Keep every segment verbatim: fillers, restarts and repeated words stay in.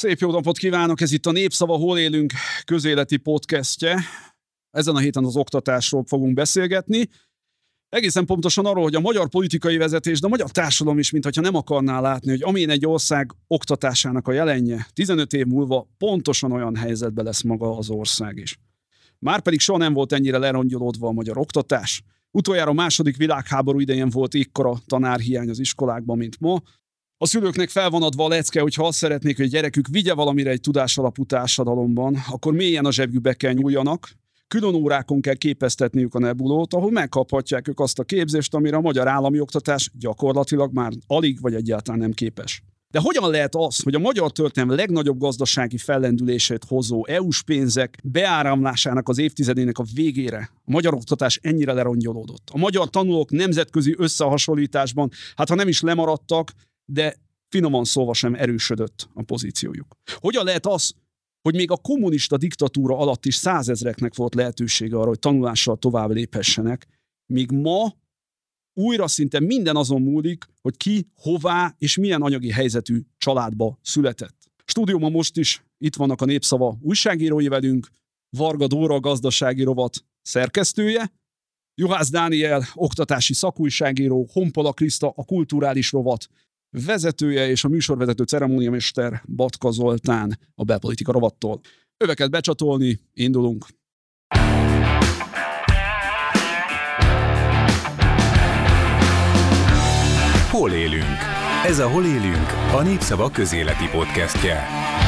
Szép jó napot kívánok, ez itt a Népszava Hol élünk közéleti podcastje. Ezen a héten az oktatásról fogunk beszélgetni. Egészen pontosan arról, hogy a magyar politikai vezetés, de a magyar társadalom is, mintha nem akarná látni, hogy amilyen egy ország oktatásának a jelenje, tizenöt év múlva pontosan olyan helyzetben lesz maga az ország is. Márpedig soha nem volt ennyire lerongyolódva a magyar oktatás. Utoljára a második világháború idején volt ékkora tanárhiány az iskolákban, mint ma. A szülőknek fel van adva a lecke, hogy ha azt szeretnék, hogy a gyerekük vigye valamire egy tudásalapú társadalomban, akkor mélyen a zsebükbe kell nyúljanak. Külön órákon kell képeztetniük a nebulót, ahol megkaphatják ők azt a képzést, amire a magyar állami oktatás gyakorlatilag már alig vagy egyáltalán nem képes. De hogyan lehet az, hogy a magyar történelem legnagyobb gazdasági fellendülését hozó é u-s pénzek beáramlásának az évtizedének a végére a magyar oktatás ennyire lerongyolódott? A magyar tanulók nemzetközi összehasonlításban, hát ha nem is lemaradtak, de finoman szólva sem erősödött a pozíciójuk. Hogyan lehet az, hogy még a kommunista diktatúra alatt is százezreknek volt lehetősége arra, hogy tanulással tovább léphessenek, míg ma újra szinte minden azon múlik, hogy ki, hová és milyen anyagi helyzetű családba született. Stúdióban most is itt vannak a Népszava újságírói velünk, Varga Dóra, a gazdasági rovat szerkesztője, Juhász Dániel, oktatási szakújságíró, Honpola Kriszta, a kulturális rovat vezetője, és a műsorvezető ceremóniamester Batka Zoltán a belpolitika rovattól. Öveket becsatolni, indulunk! Hol élünk? Ez a Hol élünk, a Népszava közéleti podcastje.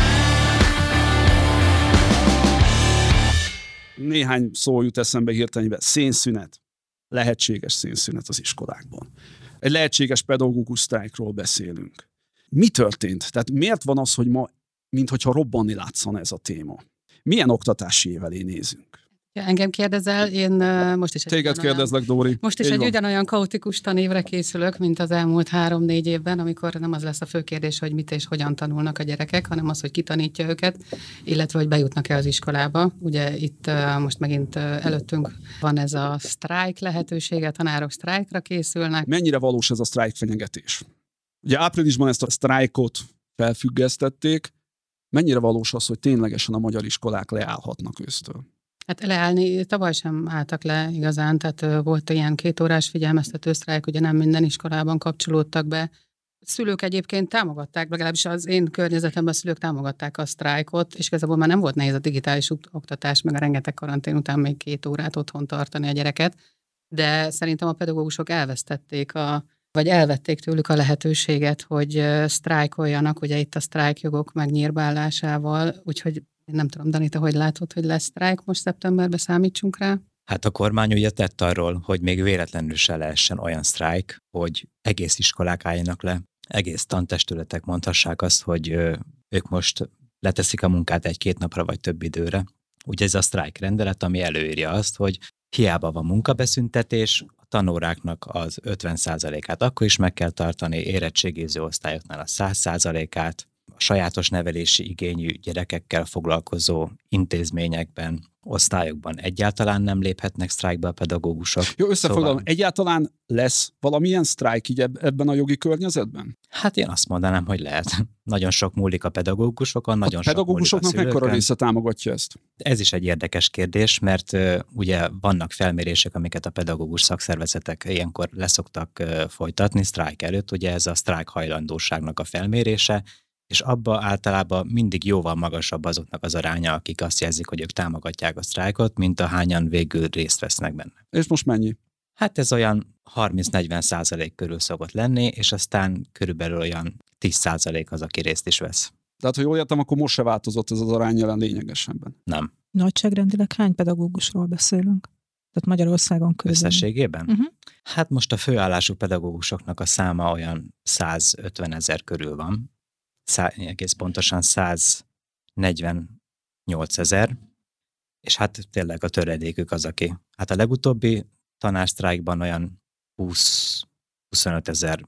Néhány szó jut eszembe hirtelenben. Szénszünet. Lehetséges szénszünet az iskolákban. Egy lehetséges pedagógus sztrájkról beszélünk. Mi történt? Tehát miért van az, hogy ma, minthogyha robbanni látszana ez a téma? Milyen oktatási év elé nézünk? Ja, engem kérdezel, én uh, most is egy Téged kérdezlek, Dóri. Most is Így egy van. ugyanolyan kaotikus tanévre készülök, mint az elmúlt három-négy évben, amikor nem az lesz a fő kérdés, hogy mit és hogyan tanulnak a gyerekek, hanem az, hogy ki tanítja őket, illetve hogy bejutnak-e az iskolába. Ugye itt uh, most megint uh, előttünk van ez a sztrájk lehetősége, tanárok sztrájkra készülnek. Mennyire valós ez a sztrájk fenyegetés? Ugye áprilisban ezt a sztrájkot felfüggesztették. Mennyire valós az, hogy ténylegesen a magyar iskolák leállhatnak ősztől? Hát leállni tavaly sem álltak le igazán, tehát volt ilyen kétórás figyelmeztető sztrájk, ugye nem minden iskolában kapcsolódtak be. A szülők egyébként támogatták, legalábbis az én környezetemben a szülők támogatták a sztrájkot, és igazából már nem volt nehéz a digitális oktatás, meg a rengeteg karantén után még két órát otthon tartani a gyereket, de szerintem a pedagógusok elvesztették a vagy elvették tőlük a lehetőséget, hogy sztrájkoljanak, ugye itt a sztrájkjogok megnyírbálásával, úgyhogy nem tudom, Dani, te hogy látod, hogy lesz sztrájk most szeptemberben, számítsunk rá? Hát a kormány ugye tett arról, hogy még véletlenül se lehessen olyan sztrájk, hogy egész iskolák álljanak le, egész tantestületek mondhassák azt, hogy ők most leteszik a munkát egy-két napra vagy több időre. Ugye ez a sztrájk rendelet, ami előírja azt, hogy hiába van munkabeszüntetés, a tanóráknak az ötven százalékát akkor is meg kell tartani, érettségiző osztályoknál a száz százalékát, a sajátos nevelési igényű gyerekekkel foglalkozó intézményekben, osztályokban egyáltalán nem léphetnek sztrájkba a pedagógusok. Jó, összefoglalom, szóval... egyáltalán lesz valamilyen sztrájk így ebben a jogi környezetben? Hát én azt mondanám, hogy lehet. Nagyon sok múlik a pedagógusokon, nagyon a sok pedagógusoknak múlik a mekkora része támogatja ezt? Ez is egy érdekes kérdés, mert uh, ugye vannak felmérések, amiket a pedagógus szakszervezetek ilyenkor leszoktak uh, folytatni sztrájk előtt, ugye ez a sztrájk hajlandóságnak a felmérése, és abba általában mindig jóval magasabb azoknak az aránya, akik azt jelzik, hogy ők támogatják a sztrájkot, mint a hányan végül részt vesznek benne. És most mennyi? Hát ez olyan harminc-negyven százalék körül szokott lenni, és aztán körülbelül olyan tíz százalék az, aki részt is vesz. Tehát, ha jól értem, akkor most se változott ez az arány jelen lényegesebben. Nem. Nagyságrendileg hány pedagógusról beszélünk? Tehát Magyarországon körülbelül. Összességében? Uh-huh. Hát most a főállású pedagógusoknak a száma olyan százötven ezer körül van. Szá, egész pontosan száznegyvennyolc ezer, és hát tényleg a töredékük az, aki. Hát a legutóbbi tanársztrájkban olyan húsz-huszonöt ezer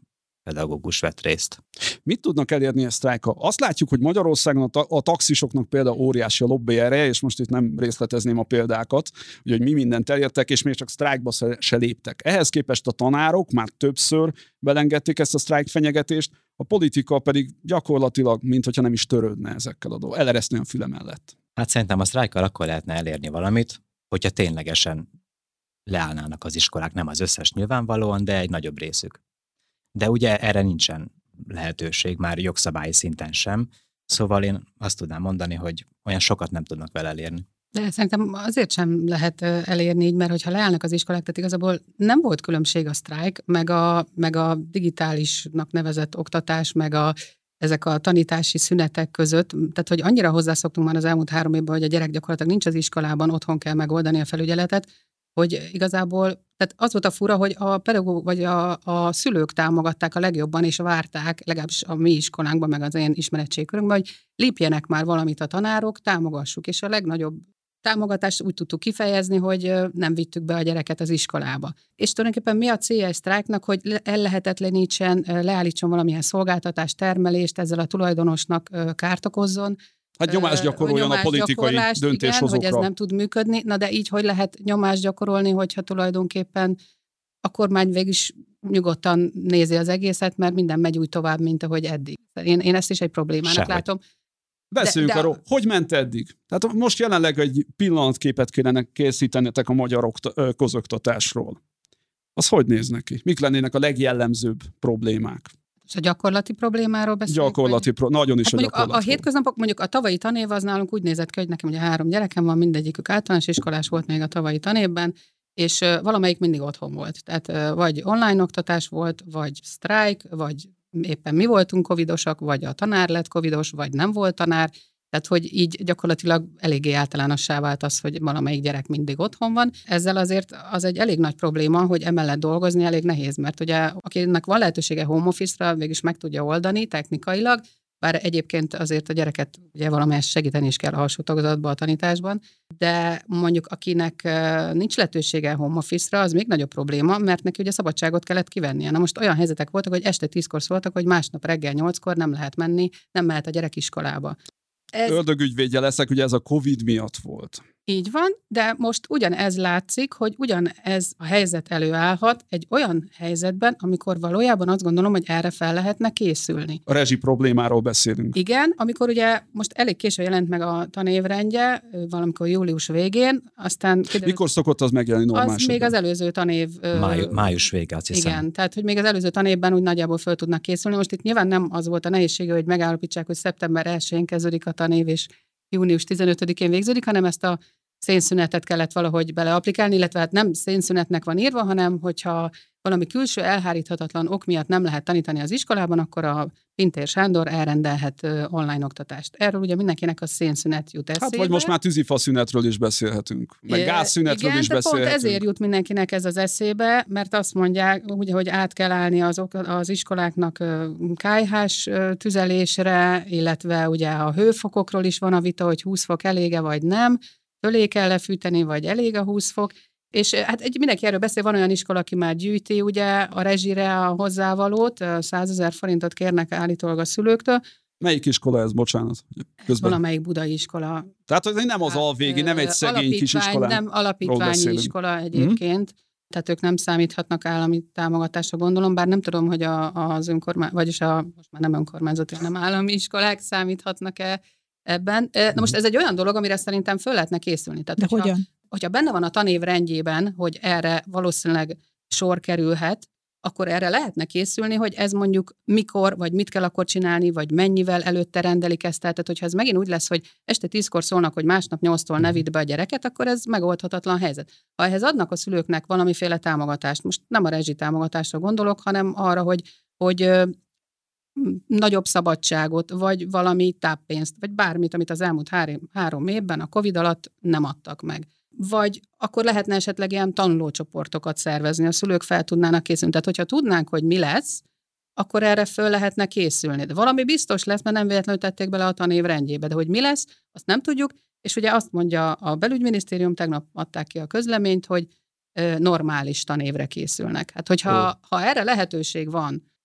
pedagógus vett részt. Mit tudnak elérni a sztrájkkal? Azt látjuk, hogy Magyarországon a, ta- a taxisoknak például óriási a lobby ereje, és most itt nem részletezném a példákat, hogy mi mindent elértek, és még csak sztrájkba se, se léptek. Ehhez képest a tanárok már többször belengedték ezt a sztrájk fenyegetést, a politika pedig gyakorlatilag, mintha nem is törődne ezekkel a dolgokkal, elereszteni a füle mellett. Hát szerintem a sztrájkkal akkor lehetne elérni valamit, hogyha ténylegesen leállnának az iskolák, nem az összes nyilvánvalóan, de egy nagyobb részük. De ugye erre nincsen lehetőség, már jogszabályi szinten sem, szóval én azt tudnám mondani, hogy olyan sokat nem tudnak vele elérni. De szerintem azért sem lehet elérni így, mert hogyha leállnak az iskolák, tehát igazából nem volt különbség a sztrájk, meg a, meg a digitálisnak nevezett oktatás, meg a, ezek a tanítási szünetek között, tehát hogy annyira hozzászoktunk már az elmúlt három évben, hogy a gyerek gyakorlatilag nincs az iskolában, otthon kell megoldani a felügyeletet, hogy igazából, tehát az volt a fura, hogy a pedagógusok vagy a, a szülők támogatták a legjobban, és várták, legalábbis a mi iskolánkban, meg az én ismeretségkörünkben, hogy lépjenek már valamit a tanárok, támogassuk, és a legnagyobb támogatást úgy tudtuk kifejezni, hogy nem vittük be a gyereket az iskolába. És tulajdonképpen mi a célja egy sztrájknak, hogy ellehetetlenítsen, leállítson valamilyen szolgáltatást, termelést, ezzel a tulajdonosnak kárt okozzon. Hát nyomást gyakoroljon a politikai döntéshozókra. Igen, hogy ez nem tud működni. Na de így hogy lehet nyomást gyakorolni, hogyha tulajdonképpen a kormány végül is nyugodtan nézi az egészet, mert minden megy úgy tovább, mint ahogy eddig. Én, én ezt is egy problémának Sehogy. látom. Beszéljünk de, de... arról, hogy ment eddig? Tehát most jelenleg egy pillanatképet kellene készítenetek a magyar okta- közoktatásról. Az hogy néz neki? Mik lennének a legjellemzőbb problémák? És a gyakorlati problémáról beszélünk? Gyakorlati, pro- nagyon is hát a gyakorlatról. A, a hétköznapok, mondjuk a tavalyi tanév az nálunk úgy nézett ki, hogy nekem ugye három gyerekem van, mindegyikük általános iskolás volt még a tavalyi tanévben, és uh, valamelyik mindig otthon volt. Tehát uh, vagy online oktatás volt, vagy sztrájk, vagy éppen mi voltunk covidosak, vagy a tanár lett covidos, vagy nem volt tanár. Tehát, hogy így gyakorlatilag eléggé általánossá vált az, hogy valamelyik gyerek mindig otthon van. Ezzel azért az egy elég nagy probléma, hogy emellett dolgozni elég nehéz, mert ugye akinek van lehetősége home office-ra, végülis meg tudja oldani technikailag, bár egyébként azért a gyereket ugye valamelyest segíteni is kell a alsó tagozatban, a tanításban, de mondjuk akinek nincs lehetősége home office-ra, az még nagyobb probléma, mert neki ugye szabadságot kellett kivennie. Na most olyan helyzetek voltak, hogy este tízkor szóltak, hogy másnap reggel nyolckor nem lehet menni, nem mehet a gyerek iskolába. Ez... Ördögügyvédje leszek, ugye ez a Covid miatt volt. Így van, de most ugyanez látszik, hogy ugyanez a helyzet előállhat egy olyan helyzetben, amikor valójában azt gondolom, hogy erre fel lehetne készülni. A rezsi problémáról beszélünk. Igen, amikor ugye most elég későn jelent meg a tanévrendje, valamikor július végén, aztán kiderült, mikor szokott az megjelenni normálisan? Az még az előző tanév... Máj, május vége, azt hiszem. Igen, tehát hogy még az előző tanévben úgy nagyjából föl tudnak készülni. Most itt nyilván nem az volt a nehézsége, hogy megállapítsák, hogy szeptember elsején kezdődik a tanév, és június tizenötödikén végződik, hanem ezt a szénszünetet kellett valahogy beleaplikálni, illetve hát nem szénszünetnek van írva, hanem hogyha valami külső elháríthatatlan ok miatt nem lehet tanítani az iskolában, akkor a Pintér Sándor elrendelhet online oktatást. Erről ugye mindenkinek a szénszünet jut eszébe. Hát vagy most már tűzifaszünetről is beszélhetünk, meg gázszünetről igen, is beszélhetünk. Pont ezért jut mindenkinek ez az eszébe, mert azt mondják, ugye, hogy át kell állni az, az iskoláknak kályhás tüzelésre, illetve ugye a hőfokokról is van a vita, hogy húsz fok elége vagy nem, fölé kell lefűteni, vagy elég a húsz fok. És hát egy, mindenki erről beszél, van olyan iskola, aki már gyűjti ugye a rezsire a hozzávalót, százezer forintot kérnek állítólag a szülőktől. Melyik iskola ez, bocsánat? Közben. Valamelyik budai iskola. Tehát hogy nem az hát, alvégi, nem egy szegény kis iskola. Nem alapítványi iskola egyébként. Mm-hmm. Tehát ők nem számíthatnak állami támogatásra, gondolom, bár nem tudom, hogy a, az önkormány, vagyis a, most már nem önkormányzati, hanem állami iskolák számíthatnak-e ebben. Na most ez egy olyan dolog, amire szerintem föl lehetne készülni. Tehát, de hogyha, hogyan? Hogyha benne van a tanév rendjében, hogy erre valószínűleg sor kerülhet, akkor erre lehetne készülni, hogy ez mondjuk mikor, vagy mit kell akkor csinálni, vagy mennyivel előtte rendelik ezt. Tehát, hogyha ez megint úgy lesz, hogy este tízkor szólnak, hogy másnap nyolctól ne vidd be a gyereket, akkor ez megoldhatatlan helyzet. Ha ehhez adnak a szülőknek valamiféle támogatást, most nem a rezsi támogatásra gondolok, hanem arra, hogy, hogy nagyobb szabadságot, vagy valami táppénzt, vagy bármit, amit az elmúlt három, három évben a Covid alatt nem adtak meg. Vagy akkor lehetne esetleg ilyen tanulócsoportokat szervezni, a szülők fel tudnának készülni. Tehát, hogyha tudnánk, hogy mi lesz, akkor erre föl lehetne készülni. De valami biztos lesz, mert nem véletlenül tették bele a tanév rendjébe. De hogy mi lesz, azt nem tudjuk, és ugye azt mondja a belügyminisztérium, tegnap adták ki a közleményt, hogy normális tanévre készülnek. Hát, hogyha oh. ha erre lehetőség van,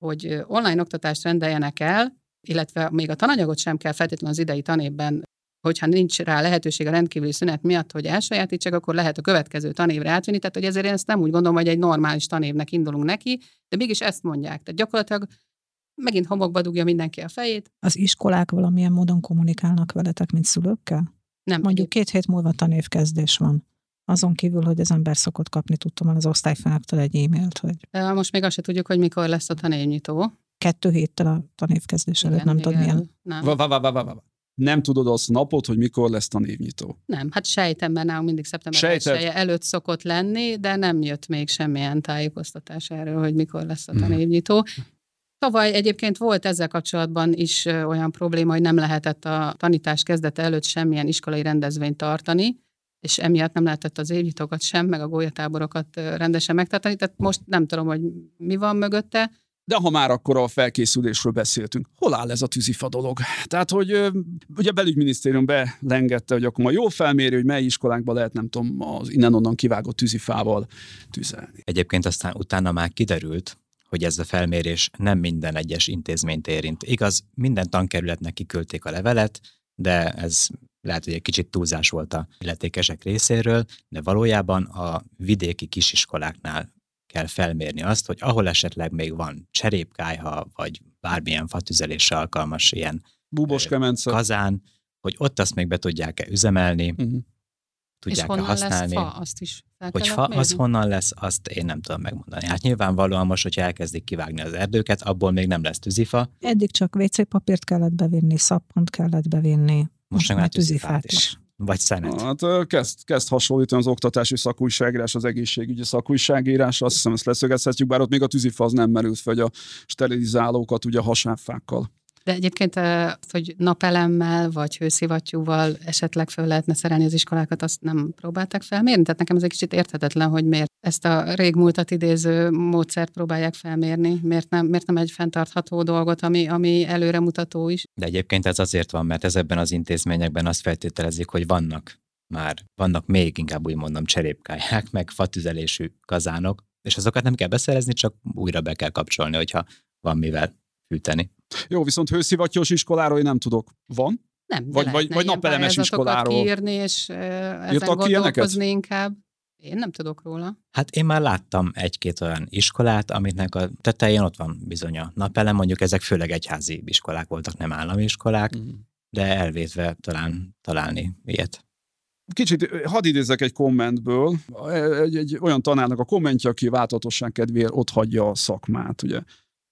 hogy online oktatást rendeljenek el, illetve még a tananyagot sem kell feltétlenül az idei tanévben, hogyha nincs rá lehetőség a rendkívüli szünet miatt, hogy elsajátítsák, akkor lehet a következő tanévre átvinni. Tehát, hogy ezért én ezt nem úgy gondolom, hogy egy normális tanévnek indulunk neki, de mégis ezt mondják. Tehát gyakorlatilag megint homokba dugja mindenki a fejét. Az iskolák valamilyen módon kommunikálnak veletek, mint szülőkkel? Nem. Mondjuk két hét múlva tanévkezdés van. Azon kívül, hogy az ember szokott kapni, tudtam, az osztályfőnöktől egy e-mailt, hogy... De most még azt se tudjuk, hogy mikor lesz a tanévnyitó. Kettő héttel a tanévkezdés előtt, nem tudod milyen. Nem. Va, va, va, va, va. Nem tudod azt a napot, hogy mikor lesz tanévnyitó. Nem, hát sejtem, mert nálunk mindig szeptember Sejted? elsője előtt szokott lenni, de nem jött még semmilyen tájékoztatás erről, hogy mikor lesz a tanévnyitó. Tavaly egyébként volt ezzel kapcsolatban is olyan probléma, hogy nem lehetett a tanítás kezdete előtt semmilyen iskolai rendezvényt tartani, és emiatt nem lehetett az évnyitókat sem, meg a gólyatáborokat rendesen megtartani. Tehát most nem tudom, hogy mi van mögötte. De ha már akkor a felkészülésről beszéltünk, hol áll ez a tűzifa dolog? Tehát, hogy ugye a belügyminisztérium belengedte, hogy akkor ma jól felméri, hogy mely iskolákban lehet, nem tudom, az innen-onnan kivágott tűzifával tüzelni. Egyébként aztán utána már kiderült, hogy ez a felmérés nem minden egyes intézményt érint. Igaz, minden tankerületnek kiküldték a levelet, de ez lehet, hogy egy kicsit túlzás volt a illetékesek részéről, de valójában a vidéki kisiskoláknál kell felmérni azt, hogy ahol esetleg még van cserépkályha, vagy bármilyen fatüzelésre alkalmas ilyen Búbos kemence. kazán, hogy ott azt még be tudják-e üzemelni, uh-huh. tudják-e és használni. És honnan lesz fa, azt is fel hogy fa, mérni? az honnan lesz, azt én nem tudom megmondani. Hát nyilvánvalóan most, hogyha elkezdik kivágni az erdőket, abból még nem lesz tűzifa. Eddig csak vé cé papírt kellett bevinni, szappont kellett bevinni. Most, most már tűzifát is. is. Vagy szenet. Hát kezd, kezd hasonlítani az oktatási szakújságírás, az egészségügyi szakújságírás, azt hiszem ezt leszögezhetjük, bár ott még a tűzifa az nem merült fel, hogy a sterilizálókat ugye hasávfákkal. De egyébként, hogy napelemmel vagy hőszivattyúval esetleg föl lehetne szerelni az iskolákat, azt nem próbálták felmérni? Tehát nekem ez egy kicsit érthetetlen, hogy miért ezt a régmúltat idéző módszert próbálják felmérni. Miért nem, miért nem egy fenntartható dolgot, ami, ami előremutató is? De egyébként ez azért van, mert ezekben az intézményekben azt feltételezik, hogy vannak már, vannak még inkább úgy mondom cserépkályák, meg fatüzelésű kazánok, és azokat nem kell beszerezni, csak újra be kell kapcsolni, hogyha van mivel fűteni. Jó, viszont hőszivattyús iskoláról én nem tudok. Van? Nem, Vagy, vagy, vagy napelemes iskoláról. Kiírni, és uh, ezen gondolkozni inkább. Én nem tudok róla. Hát én már láttam egy-két olyan iskolát, amiknek a tetején ott van bizony a napelem, mondjuk ezek főleg egyházi iskolák voltak, nem állami iskolák, mm. de elvétve talán találni ilyet. Kicsit hadd idézzek egy kommentből. Egy, egy olyan tanárnak a kommentje, aki változatosság kedvéért ott hagyja a szakmát, ugye.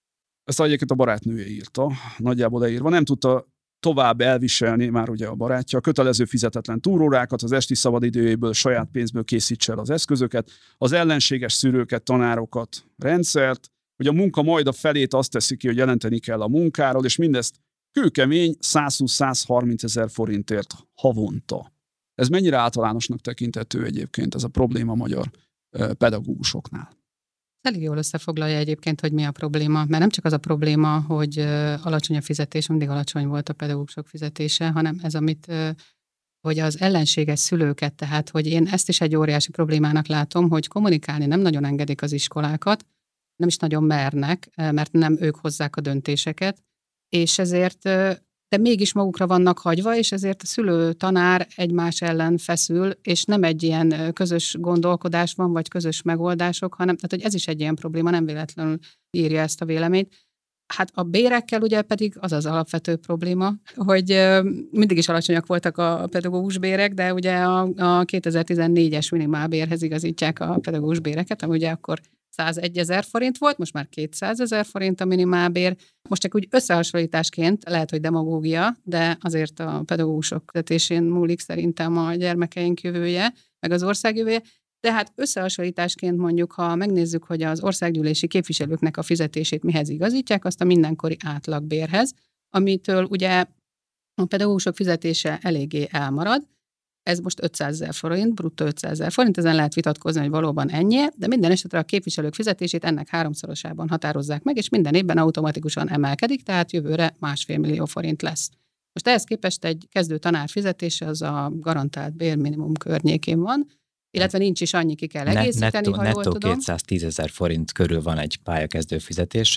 Ezt egyébként a barátnője írta, nagyjából leírva. Nem tudta tovább elviselni, már ugye a barátja, a kötelező fizetetlen túrórákat, az esti szabadidőjéből, saját pénzből készítse el az eszközöket, az ellenséges szűrőket, tanárokat, rendszert, hogy a munka majd a felét azt teszi ki, hogy jelenteni kell a munkáról, és mindezt kőkemény százhúsz-százharminc ezer forintért havonta. Ez mennyire általánosnak tekinthető egyébként ez a probléma a magyar pedagógusoknál? Elég jól összefoglalja egyébként, hogy mi a probléma, mert nem csak az a probléma, hogy alacsony a fizetés, mindig alacsony volt a pedagógusok fizetése, hanem ez, amit, hogy az ellenséges szülőket, tehát, hogy én ezt is egy óriási problémának látom, hogy kommunikálni nem nagyon engedik az iskolákat, nem is nagyon mernek, mert nem ők hozzák a döntéseket, és ezért de mégis magukra vannak hagyva, és ezért a szülő-tanár egymás ellen feszül, és nem egy ilyen közös gondolkodás van, vagy közös megoldások, hanem tehát, hogy ez is egy ilyen probléma, nem véletlenül írja ezt a véleményt. Hát a bérekkel ugye pedig az az alapvető probléma, hogy mindig is alacsonyak voltak a pedagógus bérek, de ugye a, a kétezer-tizennégyes minimálbérhez igazítják a pedagógus béreket, ami ugye akkor százegyezer forint volt, most már kétszázezer forint a minimálbér. Most csak úgy összehasonlításként, lehet, hogy demagógia, de azért a pedagógusok fizetésén múlik szerintem a gyermekeink jövője, meg az ország jövője. De hát összehasonlításként mondjuk, ha megnézzük, hogy az országgyűlési képviselőknek a fizetését mihez igazítják, azt a mindenkori átlagbérhez, amitől ugye a pedagógusok fizetése eléggé elmarad. Ez most ötszázezer forint, bruttó ötszázezer forint, ezen lehet vitatkozni, hogy valóban ennyi, de minden esetre a képviselők fizetését ennek háromszorosában határozzák meg, és minden évben automatikusan emelkedik, tehát jövőre másfél millió forint lesz. Most ehhez képest egy kezdő tanár fizetése az a garantált bérminimum környékén van, illetve nincs is annyi, ki kell egészíteni, nettó, ha jól nettó tudom. kétszáztízezer forint körül van egy pályakezdő fizetése,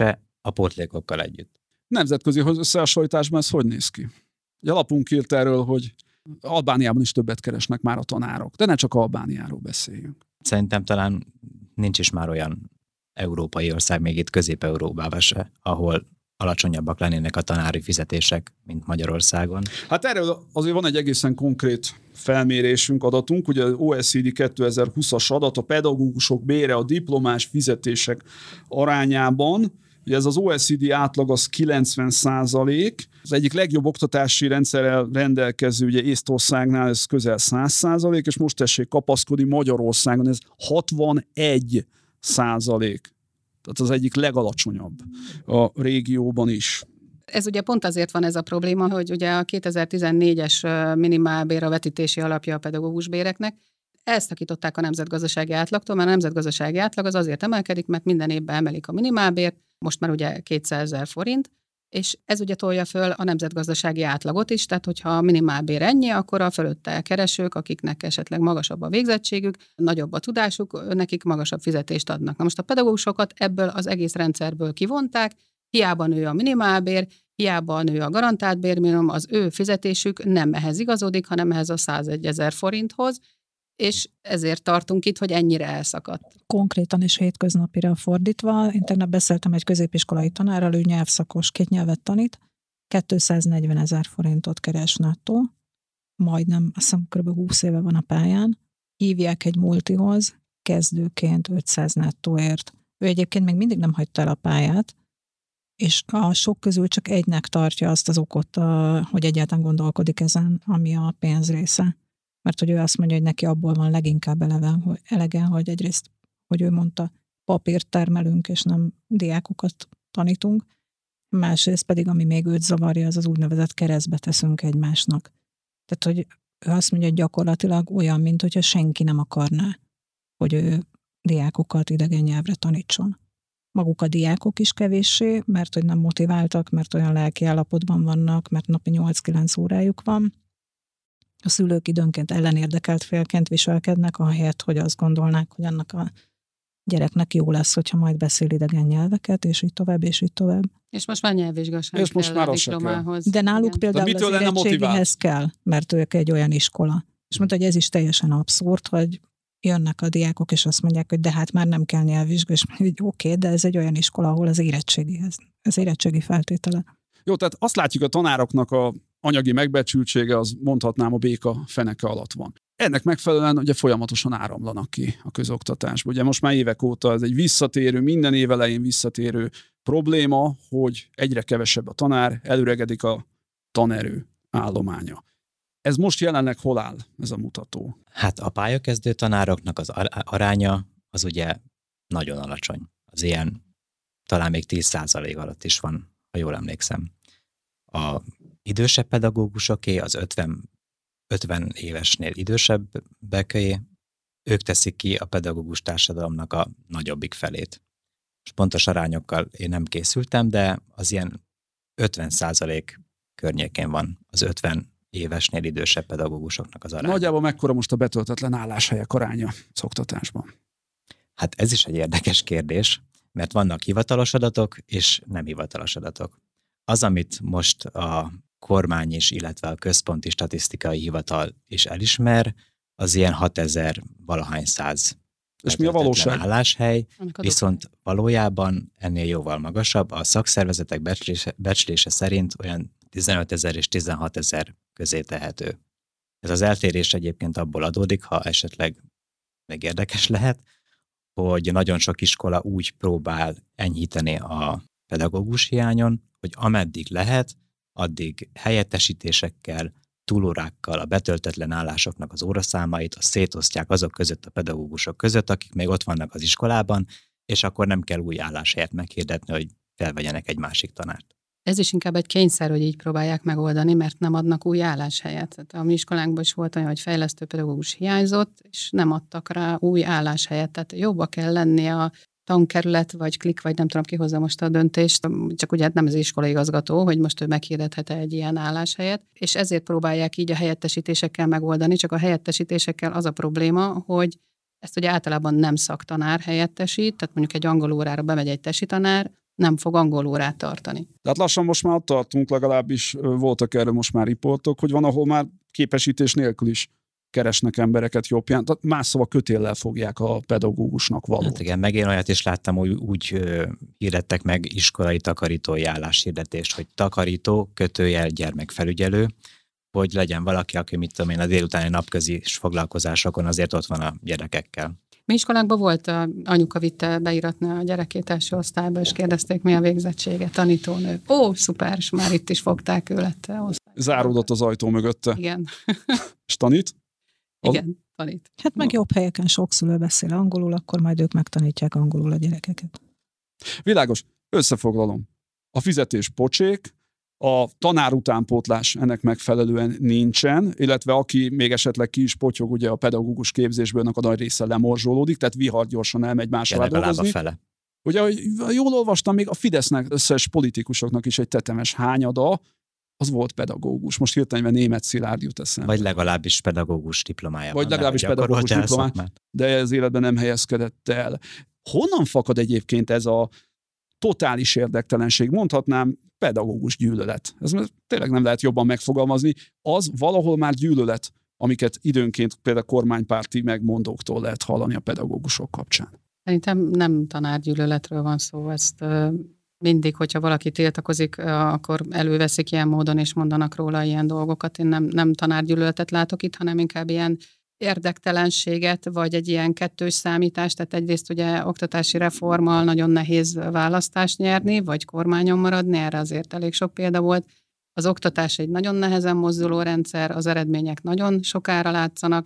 a pótlékokkal együtt. Nemzetközi összehasonlításban ez hogy néz ki? Ugye lapunk írt erről, hogy Albániában is többet keresnek már a tanárok, de ne csak Albániáról beszéljünk. Szerintem talán nincs is már olyan európai ország, még itt Közép-Európában se, ahol alacsonyabbak lennének a tanári fizetések, mint Magyarországon. Hát erről azért van egy egészen konkrét felmérésünk, adatunk, ugye az o e cé dé kétezer-húszas adat, a pedagógusok bére a diplomás fizetések arányában. Ugye ez az o e cé dé átlag az kilencven százalék, az egyik legjobb oktatási rendszerrel rendelkező, ugye Észtországnál ez közel száz százalék, és most tessék kapaszkodni Magyarországon, ez hatvanegy százalék. Tehát az egyik legalacsonyabb a régióban is. Ez ugye pont azért van ez a probléma, hogy ugye a kétezer-tizennégyes minimálbér a vetítési alapja a pedagógus béreknek. Elszakították a nemzetgazdasági átlagtól, mert a nemzetgazdasági átlag az azért emelkedik, mert minden évben emelik a minimálbért, most már ugye kétszázezer forint, és ez ugye tolja föl a nemzetgazdasági átlagot is, tehát hogyha a minimálbér ennyi, akkor a fölötte keresők, akiknek esetleg magasabb a végzettségük, nagyobb a tudásuk, nekik magasabb fizetést adnak. Na most a pedagógusokat ebből az egész rendszerből kivonták, hiába nő a minimálbér, hiába nő a garantált bérminimum, az ő fizetésük nem ehhez igazodik, hanem ehhez a százegyezer forinthoz, és ezért tartunk itt, hogy ennyire elszakadt. Konkrétan és hétköznapira fordítva, én tegnap beszéltem egy középiskolai tanárral, ő nyelvszakos, két nyelvet tanít, kétszáznegyven ezer forintot keres nettó, majdnem, azt hiszem kb. húsz éve van a pályán, hívják egy multihoz, kezdőként ötszáz nettóért. Ő egyébként még mindig nem hagyta el a pályát, és a sok közül csak egynek tartja azt az okot, hogy egyáltalán gondolkodik ezen, ami a pénz része. Mert hogy ő azt mondja, hogy neki abból van leginkább eleve, hogy elege, hogy egyrészt, hogy ő mondta, papírt termelünk, és nem diákokat tanítunk. Másrészt pedig, ami még őt zavarja, az az úgynevezett keresztbe teszünk egymásnak. Tehát, hogy ő azt mondja, hogy gyakorlatilag olyan, mint hogyha senki nem akarná, hogy ő diákokat idegen nyelvre tanítson. Maguk a diákok is kevéssé, mert hogy nem motiváltak, mert olyan lelki állapotban vannak, mert napi nyolc-kilenc órájuk van. A szülők időnként ellenérdekelt félként viselkednek, ahelyett, hogy azt gondolnák, hogy annak a gyereknek jó lesz, hogyha majd beszél idegen nyelveket, és így tovább, és így tovább. És most már nyelvvizsga sem most kell már a az se diplomához. De náluk Igen. például az érettségihez kell, mert ők egy olyan iskola. És mondta, hogy ez is teljesen abszurd, hogy jönnek a diákok, és azt mondják, hogy de hát már nem kell nyelvvizsga, és mondja, hogy oké, okay, de ez egy olyan iskola, ahol az érettségihez. Ez érettségi feltétele. Jó, tehát azt látjuk, a tanároknak a anyagi megbecsültsége, az mondhatnám a béka feneke alatt van. Ennek megfelelően ugye folyamatosan áramlanak ki a közoktatásba. Ugye most már évek óta ez egy visszatérő, minden év elején visszatérő probléma, hogy egyre kevesebb a tanár, előregedik a tanerő állománya. Ez most jelenleg hol áll, ez a mutató? Hát a pályakezdő tanároknak az aránya az ugye nagyon alacsony. Az ilyen talán még tíz százalék alatt is van, ha jól emlékszem. A idősebb pedagógusoké, az ötven, ötven évesnél idősebbeké, ők teszik ki a pedagógus társadalomnak a nagyobbik felét. És pontos arányokkal én nem készültem, de az ilyen ötven százalék környékén van az ötven évesnél idősebb pedagógusoknak az aránya. Nagyjából mekkora most a betöltetlen álláshelyek aránya az oktatásban? Hát ez is egy érdekes kérdés, mert vannak hivatalos adatok és nem hivatalos adatok. Az, amit most a kormány is, illetve a Központi Statisztikai Hivatal is elismer, az ilyen hatezer valahány száz. És mi a valóság? Álláshely, viszont valójában ennél jóval magasabb. A szakszervezetek becslése, becslése szerint olyan tizenötezer és tizenhatezer közé tehető. Ez az eltérés egyébként abból adódik, ha esetleg még érdekes lehet, hogy nagyon sok iskola úgy próbál enyhíteni a pedagógus hiányon, hogy ameddig lehet, addig helyettesítésekkel, túlórákkal a betöltetlen állásoknak az óraszámait azt szétosztják azok között a pedagógusok között, akik még ott vannak az iskolában, és akkor nem kell új álláshelyet meghirdetni, hogy felvegyenek egy másik tanárt. Ez is inkább egy kényszer, hogy így próbálják megoldani, mert nem adnak új álláshelyet. Tehát a mi iskolánkban is volt olyan, hogy fejlesztő pedagógus hiányzott, és nem adtak rá új álláshelyet. Tehát jobba kell lenni a tankerület, vagy klik, vagy nem tudom, ki hozza most a döntést, csak ugye nem az iskolai igazgató, hogy most ő meghirdethet-e egy ilyen álláshelyet, és ezért próbálják így a helyettesítésekkel megoldani, csak a helyettesítésekkel az a probléma, hogy ezt ugye általában nem szaktanár helyettesít, tehát mondjuk egy angol órára bemegy egy tesi tanár, nem fog angolórát tartani. Tehát lassan most már ott tartunk, legalábbis voltak erre most már riportok, hogy van, ahol már képesítés nélkül is keresnek embereket jobbján, tehát más szóval kötéllel fogják a pedagógusnak valót. Hát igen, meg én olyat is láttam, hogy úgy ö, hirdettek meg iskolai takarítói álláshirdetést, hogy takarító, kötőjel, gyermekfelügyelő, hogy legyen valaki, aki mit tudom én, a délutáni napközi foglalkozásokon azért ott van a gyerekekkel. Mi iskolákban volt, a anyuka vitte beiratni a gyerekét első osztályba, és kérdezték, mi a végzettsége, tanítónő. Ó, szuper, és már itt is fogták, ő lett osztály. Záródott az ajtó mögötte. Igen. És tanít? Igen, tanít. Hát meg jobb helyeken sok szülő beszél angolul, akkor majd ők megtanítják angolul a gyerekeket. Világos. Összefoglalom. A fizetés pocsék, a tanár utánpótlás ennek megfelelően nincsen, illetve aki még esetleg ki is potyog, ugye a pedagógus képzésből a nagy része lemorzsolódik, tehát vihar gyorsan elmegy máshová dolgozni. A fele. Ugye, hogy jól olvastam, még a Fidesznek összes politikusoknak is egy tetemes hányada, az volt pedagógus. Most hirtelen Németh Szilárd jut eszembe. Vagy legalábbis pedagógus diplomája. Vagy van, legalábbis pedagógus diplomája, de az életben nem helyezkedett el. Honnan fakad egyébként ez a totális érdektelenség? Mondhatnám, pedagógus gyűlölet. Ez tényleg nem lehet jobban megfogalmazni. Az valahol már gyűlölet, amiket időnként például kormánypárti megmondóktól lehet hallani a pedagógusok kapcsán. Szerintem nem tanárgyűlöletről van szó, ezt mindig, hogyha valaki tiltakozik, akkor előveszik ilyen módon, és mondanak róla ilyen dolgokat. Én nem, nem tanárgyűlöletet látok itt, hanem inkább ilyen érdektelenséget, vagy egy ilyen kettős számítást, tehát egyrészt ugye oktatási reformmal nagyon nehéz választást nyerni, vagy kormányon maradni, erre azért elég sok példa volt. Az oktatás egy nagyon nehezen mozduló rendszer, az eredmények nagyon sokára látszanak,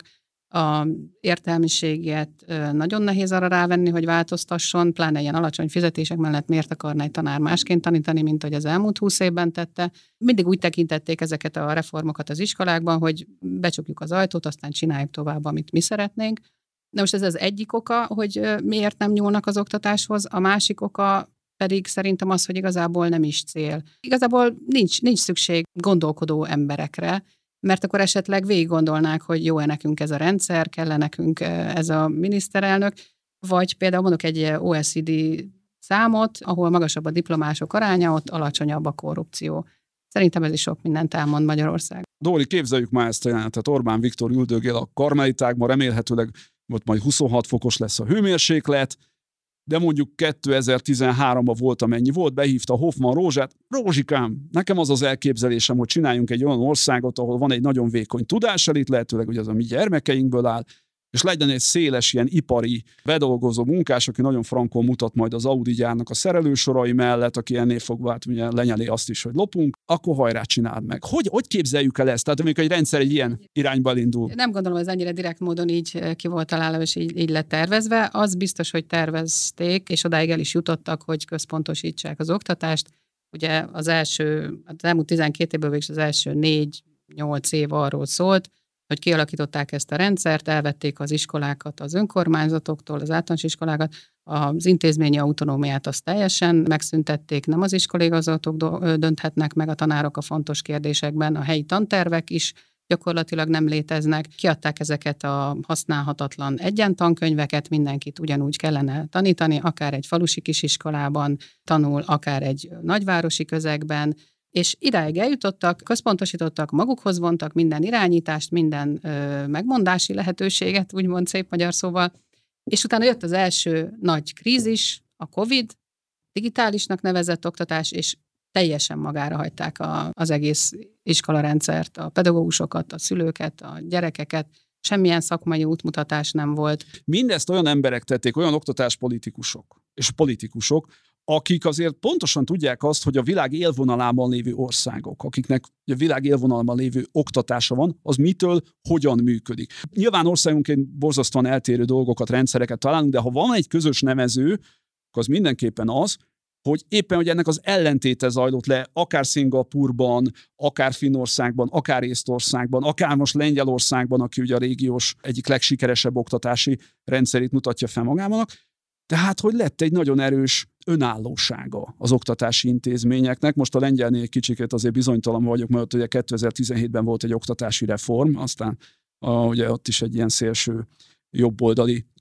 a értelmiséget nagyon nehéz arra rávenni, hogy változtasson, pláne ilyen alacsony fizetések mellett miért akarna egy tanár másként tanítani, mint hogy az elmúlt húsz évben tette. Mindig úgy tekintették ezeket a reformokat az iskolákban, hogy becsukjuk az ajtót, aztán csináljuk tovább, amit mi szeretnénk. De most ez az egyik oka, hogy miért nem nyúlnak az oktatáshoz, a másik oka pedig szerintem az, hogy igazából nem is cél. Igazából nincs, nincs szükség gondolkodó emberekre, mert akkor esetleg végig gondolnák, hogy jó-e nekünk ez a rendszer, kell-e nekünk ez a miniszterelnök, vagy például mondok egy o e cé dé számot, ahol magasabb a diplomások aránya, ott alacsonyabb a korrupció. Szerintem ez is sok mindent elmond Magyarország. Dóri, képzeljük már ezt a jelenetet. Orbán Viktor üldögél a karmelitákban, remélhetőleg ott majd huszonhat fokos lesz a hőmérséklet, de mondjuk kétezer-tizenháromban volt, amennyi volt, behívta Hoffman Rózsát. Rózsikám, nekem az az elképzelésem, hogy csináljunk egy olyan országot, ahol van egy nagyon vékony tudáselit, lehetőleg ugye az a mi gyermekeinkből áll, és legyen egy széles ilyen ipari bedolgozó munkás, aki nagyon frankon mutat majd az Audi gyárnak a szerelősorai mellett, aki ennél fogva hát ugye lenyeli azt is, hogy lopunk, akkor hajrá, csináld meg. Hogy, hogy képzeljük el ezt? Tehát amikor egy rendszer egy ilyen irányba elindul. Nem gondolom, hogy ez ennyire direkt módon így ki volt találva, és így, így lett tervezve. Az biztos, hogy tervezték, és odáig el is jutottak, hogy központosítsák az oktatást. Ugye az első, az elmúlt tizenkét évből végül az első négy-nyolc év arról szólt, hogy kialakították ezt a rendszert, elvették az iskolákat az önkormányzatoktól, az általános iskolákat, az intézményi autonómiát azt teljesen megszüntették, nem az iskolaigazgatók dönthetnek meg a tanárok a fontos kérdésekben, a helyi tantervek is gyakorlatilag nem léteznek. Kiadták ezeket a használhatatlan egyentankönyveket, mindenkit ugyanúgy kellene tanítani, akár egy falusi kisiskolában tanul, akár egy nagyvárosi közegben, és idáig eljutottak, központosítottak, magukhoz vontak minden irányítást, minden ö, megmondási lehetőséget, úgymond szép magyar szóval, és utána jött az első nagy krízis, a Covid, digitálisnak nevezett oktatás, és teljesen magára hagyták a, az egész iskolarendszert, a pedagógusokat, a szülőket, a gyerekeket, semmilyen szakmai útmutatás nem volt. Mindezt olyan emberek tették, olyan oktatáspolitikusok és politikusok, akik azért pontosan tudják azt, hogy a világ élvonalában lévő országok, akiknek a világ élvonalban lévő oktatása van, az mitől, hogyan működik. Nyilván országunként borzasztóan eltérő dolgokat, rendszereket találunk, de ha van egy közös nevező, akkor az mindenképpen az, hogy éppen, hogy ennek az ellentéte zajlott le, akár Szingapurban, akár Finnországban, akár Észtországban, akár most Lengyelországban, aki ugye a régiós egyik legsikeresebb oktatási rendszerét mutatja fel magának. Tehát, hogy lett egy nagyon erős önállósága az oktatási intézményeknek. Most a lengyelnél egy kicsikét azért bizonytalan vagyok, mert ugye kétezer-tizenhétben volt egy oktatási reform, aztán a, ugye ott is egy ilyen szélső jobboldali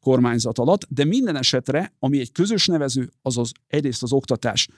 kormányzat alatt, de minden esetre, ami egy közös nevező, azaz egyrészt az oktatási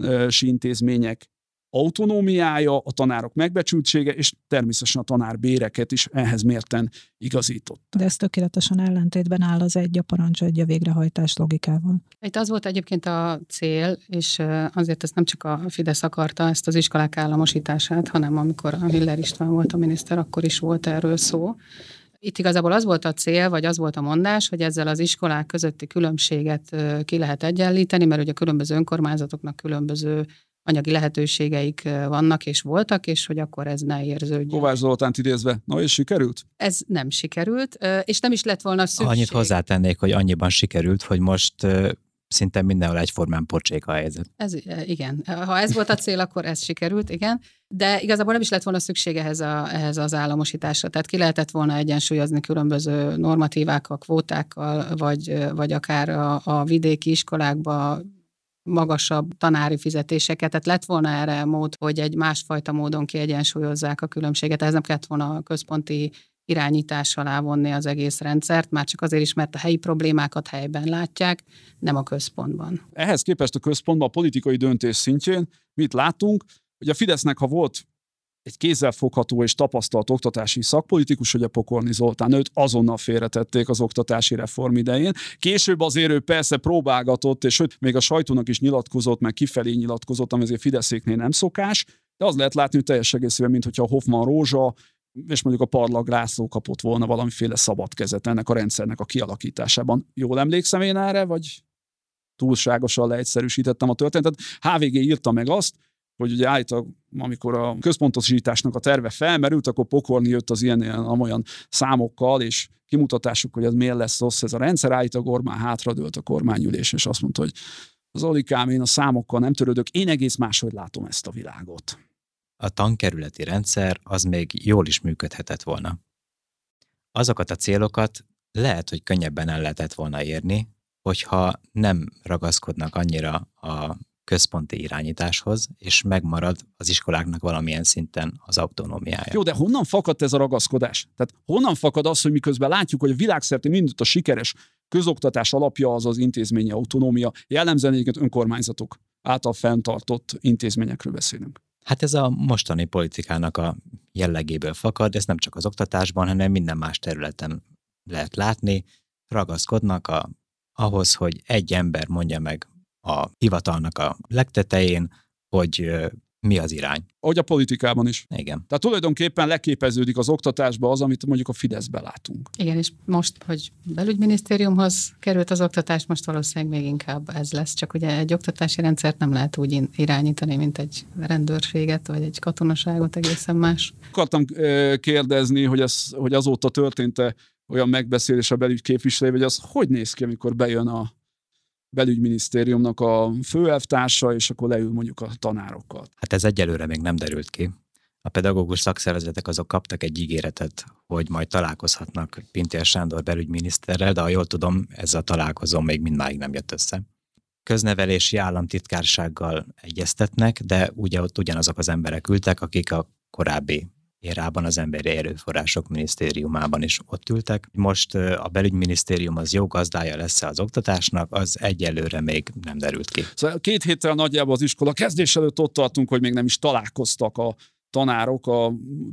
intézmények autonómiája, a tanárok megbecsültsége, és természetesen a tanárbéreket is ehhez mérten igazított. De ez tökéletesen ellentétben áll az egy a parancs, egy a végrehajtás logikával. Itt az volt egyébként a cél, és azért ezt nem csak a Fidesz akarta, ezt az iskolák államosítását, hanem amikor a Miller István volt a miniszter, akkor is volt erről szó. Itt igazából az volt a cél, vagy az volt a mondás, hogy ezzel az iskolák közötti különbséget ki lehet egyenlíteni, mert ugye a különböző önkormányzatoknak különböző anyagi lehetőségeik vannak és voltak, és hogy akkor ez ne érződjön. Kovács Zoltánt idézve, na és sikerült? Ez nem sikerült, és nem is lett volna szükség. Annyit hozzátennék, hogy annyiban sikerült, hogy most szinte mindenhol egyformán pocsék a helyzet. Ez, igen. Ha ez volt a cél, akkor ez sikerült, igen. De igazából nem is lett volna szükség ehhez, a, ehhez az államosításra. Tehát ki lehetett volna egyensúlyozni különböző normatívákkal, kvótákkal, vagy, vagy akár a, a vidéki iskolákba magasabb tanári fizetéseket, tehát lett volna erre mód, hogy egy másfajta módon kiegyensúlyozzák a különbséget. Ez nem kellett volna a központi irányítás alá vonni az egész rendszert, már csak azért is, mert a helyi problémákat helyben látják, nem a központban. Ehhez képest a központban a politikai döntés szintjén mit látunk, hogy a Fidesznek, ha volt egy kézzelfogható és tapasztalt oktatási szakpolitikus, hogy a Pokorni Zoltán, őt azonnal félretették az oktatási reform idején. Később azért ő persze próbálgatott, és sőt, még a sajtónak is nyilatkozott, meg kifelé nyilatkozott, ami azért Fideszéknél nem szokás, de az lehet látni, hogy teljes egészében, mint hogyha a Hoffman Rózsa, és mondjuk a Parlag László kapott volna valamiféle szabad kezet ennek a rendszernek a kialakításában. Jól emlékszem én erre, vagy túlságosan leegyszerűsítettem a történetet? há vé gé írta meg azt, hogy ugye állítólag, amikor a központosításnak a terve felmerült, akkor Pokorni jött az ilyen, ilyen olyan számokkal, és kimutatásuk, hogy ez miért lesz rossz ez a rendszer, állítólag Orbán hátradőlt a kormányülés, és azt mondta, hogy az Olikám, én a számokkal nem törődök, én egész máshogy látom ezt a világot. A tankerületi rendszer az még jól is működhetett volna. Azokat a célokat lehet, hogy könnyebben el lehetett volna érni, hogyha nem ragaszkodnak annyira a központi irányításhoz, és megmarad az iskoláknak valamilyen szinten az autonómiája. Jó, de honnan fakad ez a ragaszkodás? Tehát honnan fakad az, hogy miközben látjuk, hogy a világszerte mindent a sikeres közoktatás alapja az az intézményi autonómia, jellemzően egyébként önkormányzatok által fenntartott intézményekről beszélünk. Hát ez a mostani politikának a jellegéből fakad, ez nem csak az oktatásban, hanem minden más területen lehet látni. Ragaszkodnak a, ahhoz, hogy egy ember mondja meg a hivatalnak a legtetején, hogy ö, mi az irány. Ahogy a politikában is. Igen. Tehát tulajdonképpen leképeződik az oktatásba az, amit mondjuk a Fideszben látunk. Igen, és most, hogy belügyminisztériumhoz került az oktatás, most valószínűleg még inkább ez lesz. Csak ugye egy oktatási rendszert nem lehet úgy irányítani, mint egy rendőrséget, vagy egy katonaságot, egészen más. Akartam kérdezni, hogy, ez, hogy azóta történt-e olyan megbeszélés a belügy képviselőjével, hogy az hogy néz ki, amikor bejön a belügyminisztériumnak a főelvtársa, és akkor leül mondjuk a tanárokkal. Hát ez egyelőre még nem derült ki. A pedagógus szakszervezetek azok kaptak egy ígéretet, hogy majd találkozhatnak Pintér Sándor belügyminiszterrel, de ha jól tudom, ez a találkozó még mindmáig nem jött össze. Köznevelési államtitkársággal egyeztetnek, de ugye ott ugyanazok az emberek ültek, akik a korábbi érában az Emberi Erőforrások Minisztériumában is ott ültek. Most a belügyminisztérium az jó gazdája lesz az oktatásnak, az egyelőre még nem derült ki. Szóval két héttel nagyjából az iskola kezdés előtt ott tartunk, hogy még nem is találkoztak a tanárok a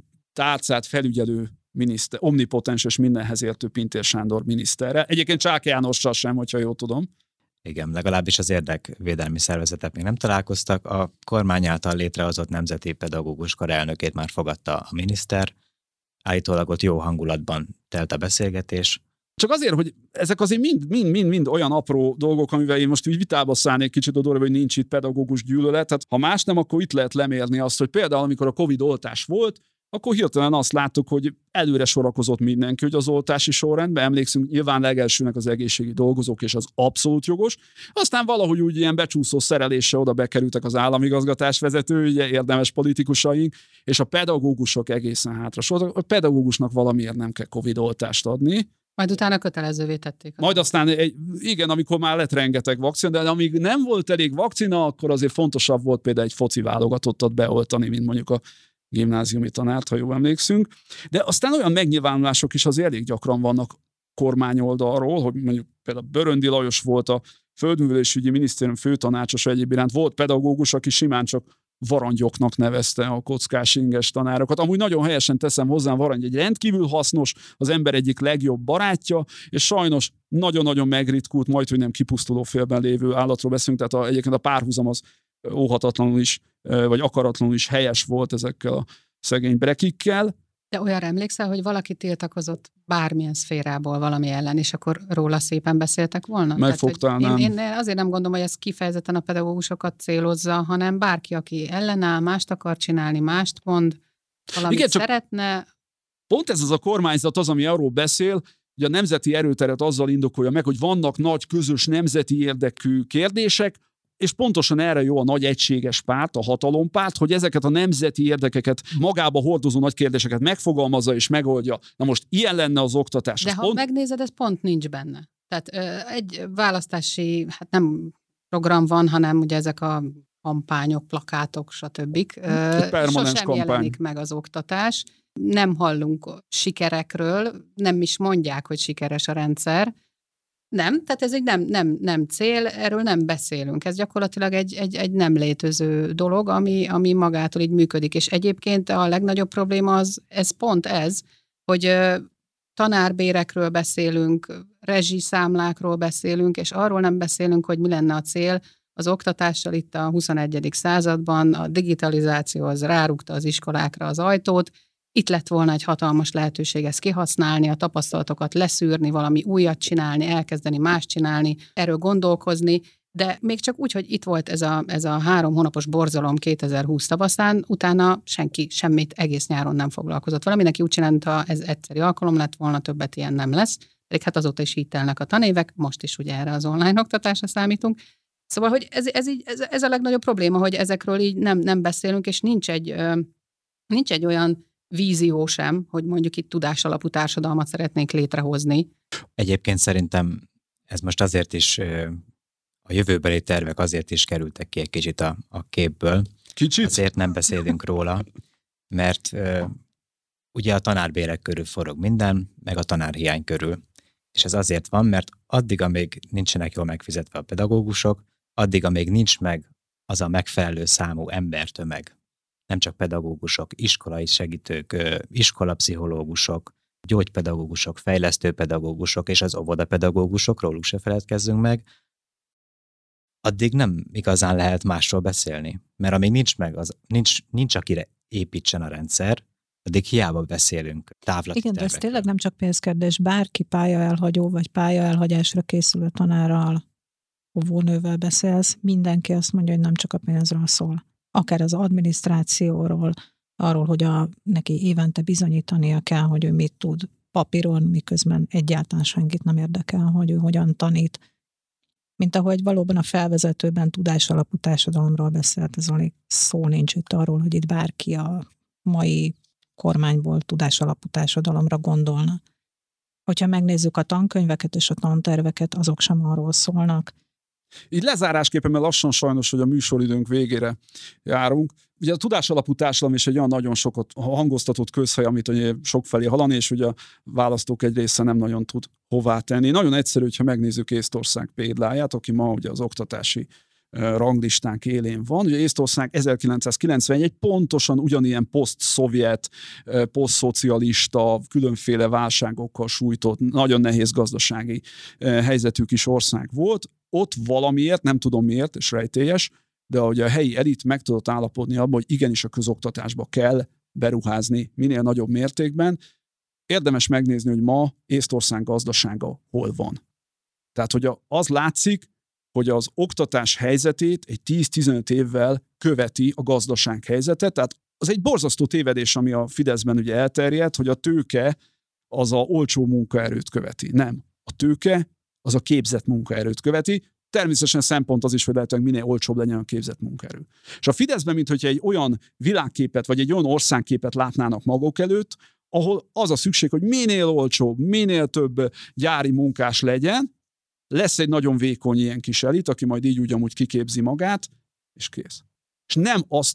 tárcát felügyelő miniszter, omnipotens és mindenhez értő Pintér Sándor miniszterre. Egyébként Csák Jánossal sem, hogyha jól tudom. Igen, legalábbis az érdekvédelmi szervezetek még nem találkoztak. A kormány által létrehozott Nemzeti Pedagógus Kar elnökét már fogadta a miniszter. Állítólag ott jó hangulatban telt a beszélgetés. Csak azért, hogy ezek azért mind, mind, mind, mind olyan apró dolgok, amivel én most úgy vitába szállnék kicsit odorra, hogy nincs itt pedagógus gyűlölet. Tehát ha más nem, akkor itt lehet lemérni azt, hogy például amikor a Covid oltás volt, akkor hirtelen azt láttuk, hogy előre sorakozott mindenki, hogy az oltási sorrendben, emlékszünk, nyilván legelsőnek az egészségi dolgozók, és az abszolút jogos. Aztán valahogy úgy ilyen becsúszó szereléssel oda bekerültek az államigazgatás vezető, ugye érdemes politikusaink, és a pedagógusok egészen hátra soroltak. A pedagógusnak valamiért nem kell Covid oltást adni. Majd utána kötelezővé tették. Majd aztán, egy, igen, amikor már lett rengeteg vakcina, de amíg nem volt elég vakcina, akkor azért fontosabb volt például egy foci válogatottat beoltani, mint mondjuk a gimnáziumi tanárt, ha jól emlékszünk. De aztán olyan megnyilvánulások is azért elég gyakran vannak kormányoldalról, hogy mondjuk például Böröndi Lajos volt a Földművelésügyi Minisztérium főtanácsosa, egyéb iránt volt pedagógus, aki simán csak varangyoknak nevezte a kockás inges tanárokat. Amúgy nagyon helyesen teszem hozzá, Varangy egy rendkívül hasznos, az ember egyik legjobb barátja, és sajnos nagyon-nagyon megritkult, majd, hogy nem kipusztuló félben lévő állatról beszélünk, tehát a, egyébként a párhuzam az óhatatlanul is, vagy akaratlanul is helyes volt ezekkel a szegény brekikkel. De olyanra emlékszel, hogy valaki tiltakozott bármilyen szférából valami ellen, és akkor róla szépen beszéltek volna? Megfogtálnám. Én, én azért nem gondolom, hogy ez kifejezetten a pedagógusokat célozza, hanem bárki, aki ellenáll, mást akar csinálni, mást mond, valamit Igen, szeretne. Pont ez az a kormányzat az, ami arról beszél, hogy a nemzeti erőteret azzal indokolja meg, hogy vannak nagy közös nemzeti érdekű kérdések, és pontosan erre jó a nagy egységes párt, a hatalompárt, hogy ezeket a nemzeti érdekeket magába hordozó nagy kérdéseket megfogalmazza és megoldja. Na most ilyen lenne az oktatás. De az ha pont... megnézed, ez pont nincs benne. Tehát ö, egy választási, hát nem program van, hanem ugye ezek a kampányok, plakátok, stb. Ö, sosem kampány. Jelenik meg az oktatás. Nem hallunk sikerekről, nem is mondják, hogy sikeres a rendszer. Nem, tehát ez egy nem, nem, nem cél, erről nem beszélünk. Ez gyakorlatilag egy, egy, egy nem létező dolog, ami, ami magától így működik. És egyébként a legnagyobb probléma az, ez pont ez, hogy tanárbérekről beszélünk, rezsiszámlákról beszélünk, és arról nem beszélünk, hogy mi lenne a cél az oktatással itt a huszonegyedik században. A digitalizáció az rárúgta az iskolákra az ajtót, itt lett volna egy hatalmas lehetőség ezt kihasználni, a tapasztalatokat leszűrni, valami újat csinálni, elkezdeni más csinálni, erről gondolkozni, de még csak úgy, hogy itt volt ez a, ez a három hónapos borzalom kétezer-húsz tavaszán, utána senki semmit egész nyáron nem foglalkozott vele. Mindenki úgy csinálta, ez egyszeri alkalom lett volna, többet ilyen nem lesz. Pedig hát azóta is így telnek a tanévek, most is ugye erre az online oktatásra számítunk. Szóval, hogy ez, ez, így, ez, ez a legnagyobb probléma, hogy ezekről így nem, nem beszélünk, és nincs egy, nincs egy olyan vízió sem, hogy mondjuk itt tudásalapú társadalmat szeretnénk létrehozni. Egyébként szerintem ez most azért is, a jövőbeli tervek azért is kerültek ki egy kicsit a, a képből. Kicsit? Azért nem beszélünk róla, mert ugye a tanárbérek körül forog minden, meg a tanárhiány körül. És ez azért van, mert addig, amíg nincsenek jól megfizetve a pedagógusok, addig, amíg nincs meg az a megfelelő számú embertömeg, nem csak pedagógusok, iskolai segítők, iskolapszichológusok, gyógypedagógusok, fejlesztőpedagógusok és az óvodapedagógusok, róluk se feledkezzünk meg, addig nem igazán lehet másról beszélni. Mert amíg nincs meg, az, nincs, nincs akire építsen a rendszer, addig hiába beszélünk távlati Igen, tervekről. de ez tényleg nem csak pénzkérdés, bárki pályaelhagyó vagy pályaelhagyásra készülő tanárral, óvónővel beszélsz, mindenki azt mondja, hogy nem csak a pénzről szól. Akár az adminisztrációról, arról, hogy a, neki évente bizonyítania kell, hogy ő mit tud papíron, miközben egyáltalán senkit nem érdekel, hogy ő hogyan tanít. Mint ahogy valóban a felvezetőben tudásalapú társadalomról beszélt, ez alig szó nincs itt arról, hogy itt bárki a mai kormányból tudásalapú társadalomra gondolna. Hogyha megnézzük a tankönyveket és a tanterveket, azok sem arról szólnak. Így lezárásképpen, mert lassan sajnos, hogy a műsoridőnk végére járunk. Ugye a tudásalapú társadalom is egy olyan nagyon sokat hangoztatott közhely, amit ugye sokfelé halani, és ugye a választók egy része nem nagyon tud hová tenni. Nagyon egyszerű, hogyha megnézzük Észtország példáját, aki ma ugye az oktatási ranglistánk élén van. Ugye Észtország ezerkilencszázkilencvenegy pontosan ugyanilyen poszt-szovjet, poszt-szocialista, különféle válságokkal sújtott, nagyon nehéz gazdasági helyzetű kis ország volt. Ott valamiért, nem tudom miért, és rejtélyes, de ahogy a helyi elit meg tudott állapodni abban, hogy igenis a közoktatásba kell beruházni minél nagyobb mértékben, érdemes megnézni, hogy ma Észtország gazdasága hol van. Tehát, hogy az látszik, hogy az oktatás helyzetét egy tíz-tizenöt évvel követi a gazdaság helyzetet, tehát az egy borzasztó tévedés, ami a Fideszben ugye elterjedt, hogy a tőke az a olcsó munkaerőt követi. Nem. A tőke az a képzett munkaerőt követi. Természetesen szempont az is, hogy lehetőleg minél olcsóbb legyen a képzett munkaerő. És a Fideszben, mintha egy olyan világképet, vagy egy olyan országképet látnának maguk előtt, ahol az a szükség, hogy minél olcsóbb, minél több gyári munkás legyen, lesz egy nagyon vékony ilyen kis elit, aki majd így úgy amúgy kiképzi magát, és kész. És nem azt a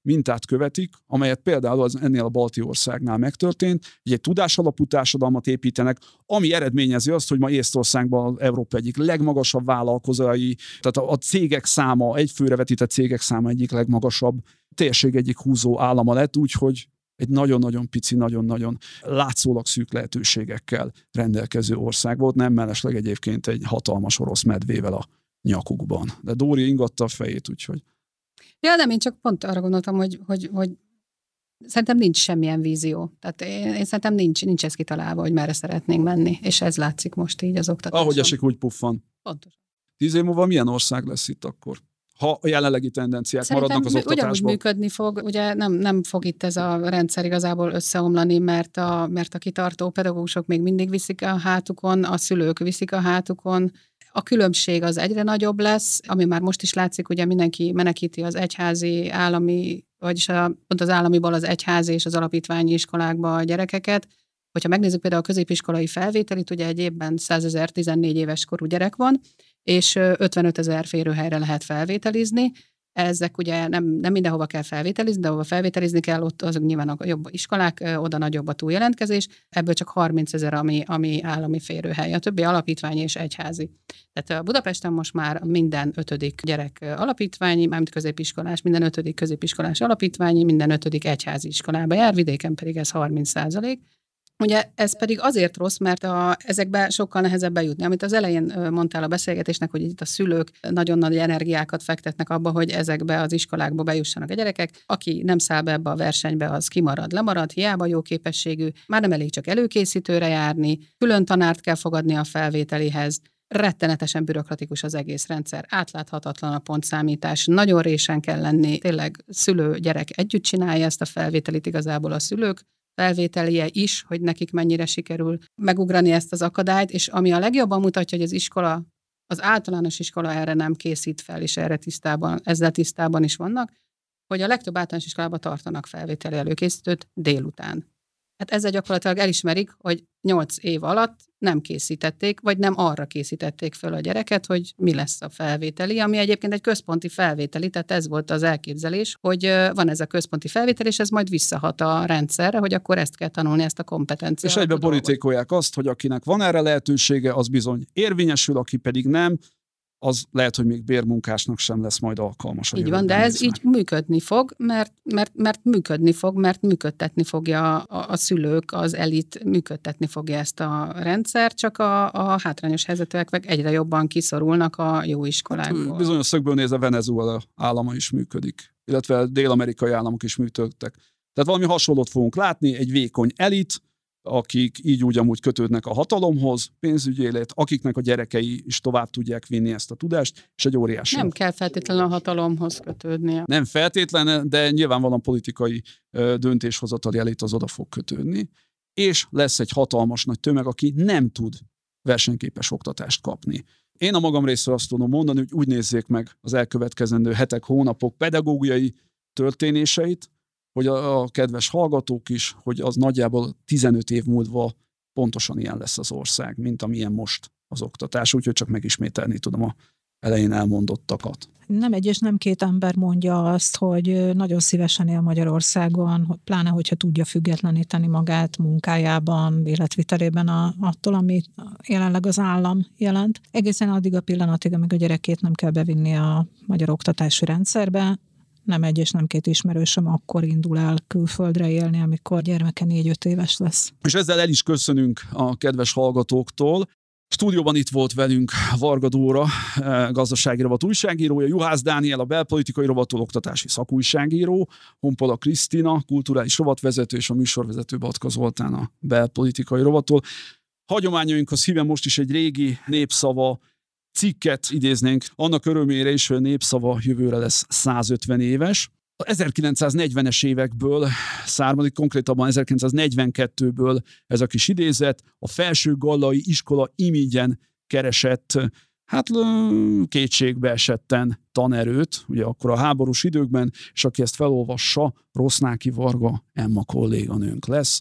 mintát követik, amelyet például az ennél a balti országnál megtörtént, hogy egy tudásalapú társadalmat építenek, ami eredményezi azt, hogy ma Észtországban az Európa egyik legmagasabb vállalkozói, tehát a cégek száma, egyfőre vetített cégek száma egyik legmagasabb, térség egyik húzó állama lett, úgyhogy egy nagyon-nagyon pici, nagyon-nagyon látszólag szűk lehetőségekkel rendelkező ország volt, nem mellesleg egyébként egy hatalmas orosz medvével a nyakukban. De Dóri ingatta a fejét, úgyhogy... Ja, nem, én csak pont arra gondoltam, hogy, hogy, hogy szerintem nincs semmilyen vízió. Tehát én, én szerintem nincs, nincs ez kitalálva, hogy merre szeretnénk menni, és ez látszik most így az oktatáson. Ahogy esik, úgy puffan. Pontosan. Tíz év múlva milyen ország lesz itt akkor? Ha a jelenlegi tendenciák szerintem maradnak az oktatásban. Ugyanúgy működni fog, ugye nem, nem fog itt ez a rendszer igazából összeomlani, mert a, mert a kitartó pedagógusok még mindig viszik a hátukon, a szülők viszik a hátukon, a különbség az egyre nagyobb lesz, ami már most is látszik, ugye mindenki menekíti az egyházi, állami, vagyis a, pont az államiból az egyházi és az alapítványi iskolákba a gyerekeket. Hogyha megnézzük például a középiskolai felvételit, ugye egy évben százezer tizennégy éves korú gyerek van, és ötvenöt ezer férőhelyre lehet felvételizni. Ezek ugye nem, nem mindenhova kell felvételizni, de ahova felvételizni kell, ott azok nyilván a jobb iskolák, oda nagyobb a túljelentkezés, ebből csak harminc ezer, ami, ami állami férőhely, a többi alapítványi és egyházi. Tehát Budapesten most már minden ötödik gyerek alapítványi, mármint középiskolás, minden ötödik középiskolás alapítványi, minden ötödik egyházi iskolába jár, vidéken pedig ez harminc százalék. Ugye ez pedig azért rossz, mert a, ezekbe sokkal nehezebb bejutni. Amit az elején mondtál a beszélgetésnek, hogy itt a szülők nagyon nagy energiákat fektetnek abba, hogy ezekbe az iskolákba bejussanak a gyerekek. Aki nem száll be ebbe a versenybe, az kimarad, lemarad, hiába jó képességű. Már nem elég csak előkészítőre járni, külön tanárt kell fogadni a felvételihez. Rettenetesen bürokratikus az egész rendszer, átláthatatlan a pontszámítás, nagyon résen kell lenni, tényleg szülő-gyerek együtt csinálja ezt a felvételit igazából a szülők felvételje is, hogy nekik mennyire sikerül megugrani ezt az akadályt, és ami a legjobban mutatja, hogy az iskola, az általános iskola erre nem készít fel, és erre tisztában, ezzel tisztában is vannak, hogy a legtöbb általános iskolában tartanak felvételi előkészítőt délután. Hát ezzel gyakorlatilag elismerik, hogy nyolc év alatt nem készítették, vagy nem arra készítették föl a gyereket, hogy mi lesz a felvételi, ami egyébként egy központi felvételi, tehát ez volt az elképzelés, hogy van ez a központi felvétel, és ez majd visszahat a rendszerre, hogy akkor ezt kell tanulni, ezt a kompetenciát. És egyben borítékolják azt, hogy akinek van erre lehetősége, az bizony érvényesül, aki pedig nem, az lehet, hogy még bérmunkásnak sem lesz majd alkalmas. Így van, de ez nézve. Így működni fog, mert, mert, mert működni fog, mert működtetni fogja a, a szülők, az elit működtetni fogja ezt a rendszert, csak a, a hátrányos helyzetűek meg egyre jobban kiszorulnak a jó iskolákból. Hát, bizonyos szögből nézve Venezuela állama is működik, illetve dél-amerikai államok is működtek. Tehát valami hasonlót fogunk látni, egy vékony elit, akik így úgy amúgy kötődnek a hatalomhoz, pénzügyi élet, akiknek a gyerekei is tovább tudják vinni ezt a tudást, és egy óriási... Nem kell feltétlenül a hatalomhoz kötődnie. Nem feltétlenül, de nyilvánvalóan politikai döntéshozatali elit az oda fog kötődni, és lesz egy hatalmas nagy tömeg, aki nem tud versenyképes oktatást kapni. Én a magam részéről azt tudom mondani, hogy úgy nézzék meg az elkövetkezendő hetek, hónapok pedagógiai történéseit, hogy a, a kedves hallgatók is, hogy az nagyjából tizenöt év múlva pontosan ilyen lesz az ország, mint amilyen most az oktatás, úgyhogy csak megismételni tudom a elején elmondottakat. Nem egy és nem két ember mondja azt, hogy nagyon szívesen él Magyarországon, pláne hogyha tudja függetleníteni magát munkájában, életvitelében a, attól, amit jelenleg az állam jelent. Egészen addig a pillanatig, amíg a gyerekét nem kell bevinni a magyar oktatási rendszerbe, nem egy és nem két ismerősöm akkor indul el külföldre élni, amikor gyermeke négy-öt éves lesz. És ezzel el is köszönünk a kedves hallgatóktól. Stúdióban itt volt velünk Varga Dóra, gazdasági rovat újságírója, Juhász Dániel, a belpolitikai rovattól oktatási szakújságíró, Honpola Krisztina, kulturális rovatvezető, és a műsorvezető Batka Zoltán a belpolitikai rovattól. Hagyományainkhoz híven most is egy régi népszava cikket idéznénk, annak örömére is, hogy a népszava jövőre lesz százötven éves. A ezerkilencszáznegyvenes évekből származik, konkrétabban ezerkilencszáznegyvenkettőből ez a kis idézet, a felső gallai iskola imigyen keresett, hát kétségbe esetten tanerőt, ugye akkor a háborús időkben, és aki ezt felolvassa, Rosznáki Varga Emma kolléganőnk lesz.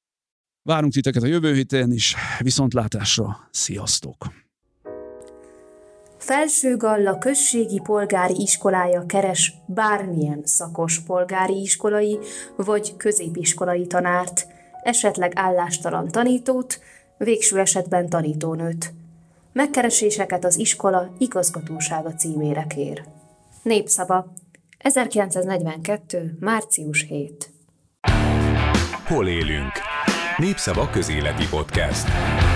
Várunk titeket a jövő héten is, viszontlátásra, sziasztok! Felsőgalla községi polgári iskolája keres bármilyen szakos polgári iskolai vagy középiskolai tanárt, esetleg állástalan tanítót, végső esetben tanítónőt. Megkereséseket az iskola igazgatósága címére kér. Népszava, ezerkilencszáznegyvenkettő. március hetedike. Hol élünk? Népszava közéleti podcast.